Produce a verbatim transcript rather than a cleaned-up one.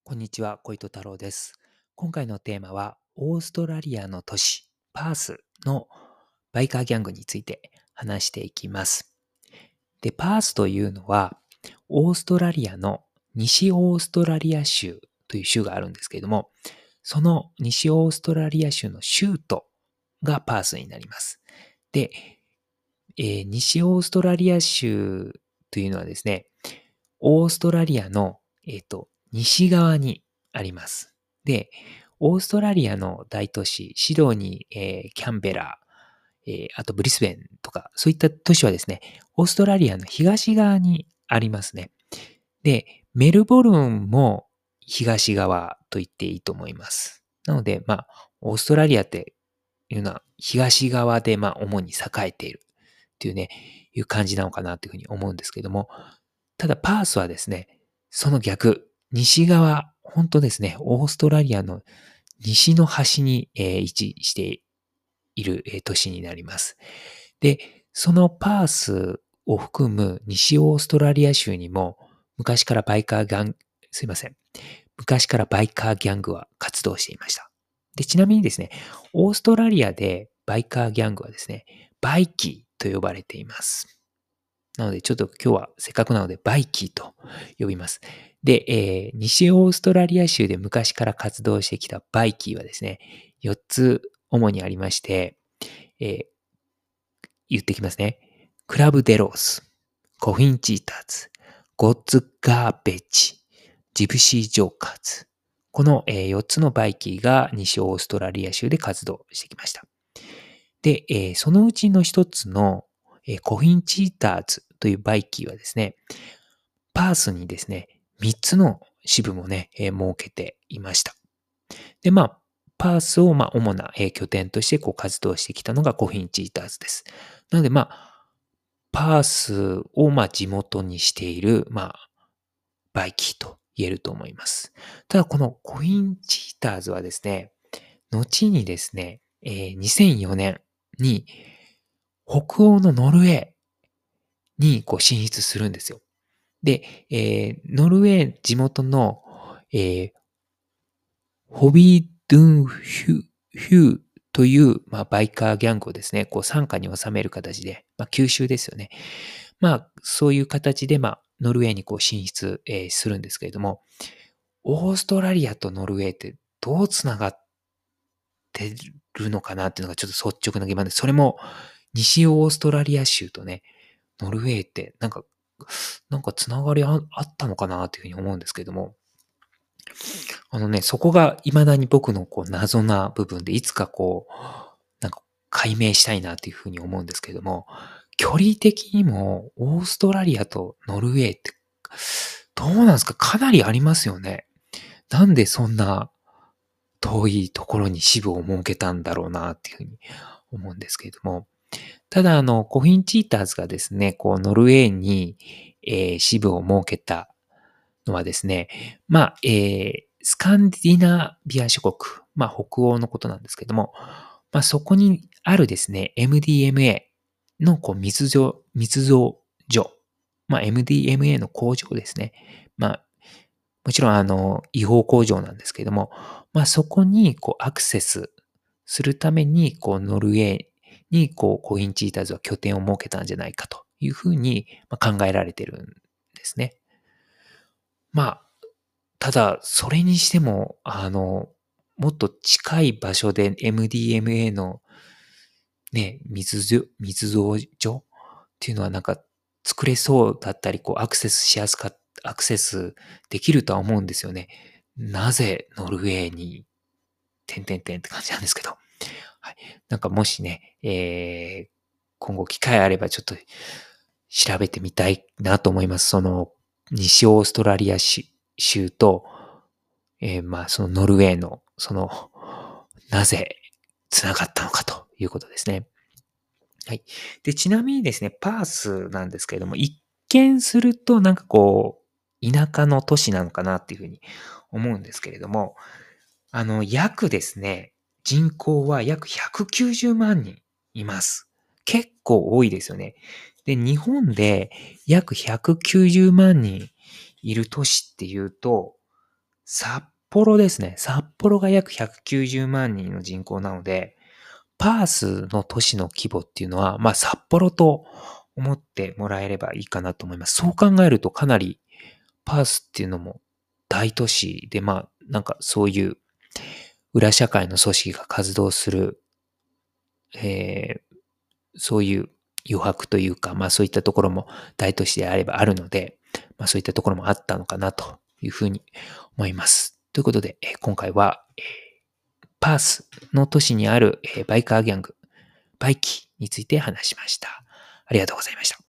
こんにちは、小糸太郎です。今回のテーマは、オーストラリアの都市、パースのバイカーギャングについて話していきます。で、パースというのは、オーストラリアの西オーストラリア州という州があるんですけれども、その西オーストラリア州の州都がパースになります。で、えー西オーストラリア州というのはですね、オーストラリアの、えっと、西側にあります。で、オーストラリアの大都市、シドニー、えーキャンベラ、えーあとブリスベンとか、そういった都市はですね、オーストラリアの東側にありますね。で、メルボルンも東側と言っていいと思います。なので、まあ、オーストラリアっていうのは東側で、まあ、主に栄えているっていうね、いう感じなのかなというふうに思うんですけども、ただパースはですね、その逆、西側、本当ですね、オーストラリアの西の端に、えー位置している、えー都市になります。で、そのパースを含む西オーストラリア州にも昔からバイカーギャング、すいません。昔からバイカーギャングは活動していました。で、ちなみにですね、オーストラリアでバイカーギャングはですね、バイキーと呼ばれています。なので、ちょっと今日はせっかくなのでバイキーと呼びます。で、えー西オーストラリア州で昔から活動してきたバイキーはですね、よっつ主にありまして、えー言ってきますね。クラブデロース、コフィンチーターズ、ゴッツガーベッジ、ジプシージョーカーズ。このえーよっつのバイキーが西オーストラリア州で活動してきました。で、えーそのうちの一つのえーコフィンチーターズというバイキーはですね、パースにですね、みっつの支部もね、えー設けていました。で、まあ、パースをまあ主なえー拠点としてこう活動してきたのがコフィンチーターズです。なので、まあ、パースをまあ地元にしている、まあ、バイキーと言えると思います。ただ、このコフィンチーターズはですね、後にですね、えーにせんよねんに北欧のノルウェーにこう進出するんですよ。で、えーノルウェー地元の、えーホビードゥンヒュヒューという、まあ、バイカーギャングをですね、こう傘下に収める形で、まあ、吸収ですよね。まあ、そういう形で、まあ、ノルウェーにこう進出、えーするんですけれども、オーストラリアとノルウェーってどうつながってるのかなっていうのがちょっと率直な疑問で、それも西オーストラリア州とね、ノルウェーってなんか、なんかつながりああったのかなっていうふうに思うんですけれども、あのね、そこが未だに僕のこう謎な部分で、いつかこう、なんか解明したいなっていうふうに思うんですけれども、距離的にもオーストラリアとノルウェーって、どうなんですか？かなりありますよね。なんでそんな遠いところに支部を設けたんだろうなっていうふうに思うんですけれども、ただあの、コフィンチーターズがですね、こうノルウェーに、えー支部を設けたのはですね、まあ、えースカンディナビア諸国、まあ、北欧のことなんですけども、まあ、そこにあるですね、エムディーエムエー のこう密造、密造所、まあ、エムディーエムエー の工場ですね。まあ、もちろんあの、違法工場なんですけども、まあ、そこにこうアクセスするために、こう、ノルウェーにこう、コインチーターズは拠点を設けたんじゃないかというふうにまあ考えられてるんですね。まあ、ただ、それにしても、あの、もっと近い場所で エムディーエムエー のね、密造、密造所っていうのはなんか作れそうだったり、こうアクセスしやすかっアクセスできるとは思うんですよね。なぜノルウェーに、てんてんてんって感じなんですけど。はい。なんかもしね、えー、今後機会あればちょっと調べてみたいなと思います。その、西オーストラリア州州と、えー、まあ、そのノルウェーの、その、なぜ繋がったのかということですね。はい。で、ちなみにですね、パースなんですけれども、一見するとなんかこう、田舎の都市なのかなっていうふうに思うんですけれども、あの、約ですね、人口は約ひゃくきゅうじゅうまんにんいます。結構多いですよね。で、日本で約ひゃくきゅうじゅうまんにんいる都市っていうと、 札幌ですね。札幌が約ひゃくきゅうじゅうまん人の人口なので、パースの都市の規模っていうのは、まあ札幌と思ってもらえればいいかなと思います。そう考えるとかなりパースっていうのも大都市で、まあなんかそういう裏社会の組織が活動する、えーそういう余白というか、まあそういったところも大都市であればあるので、まあそういったところもあったのかなというふうに思います。ということで、えー今回は、えーパースの都市にある、えーバイカーギャング、バイキについて話しました。ありがとうございました。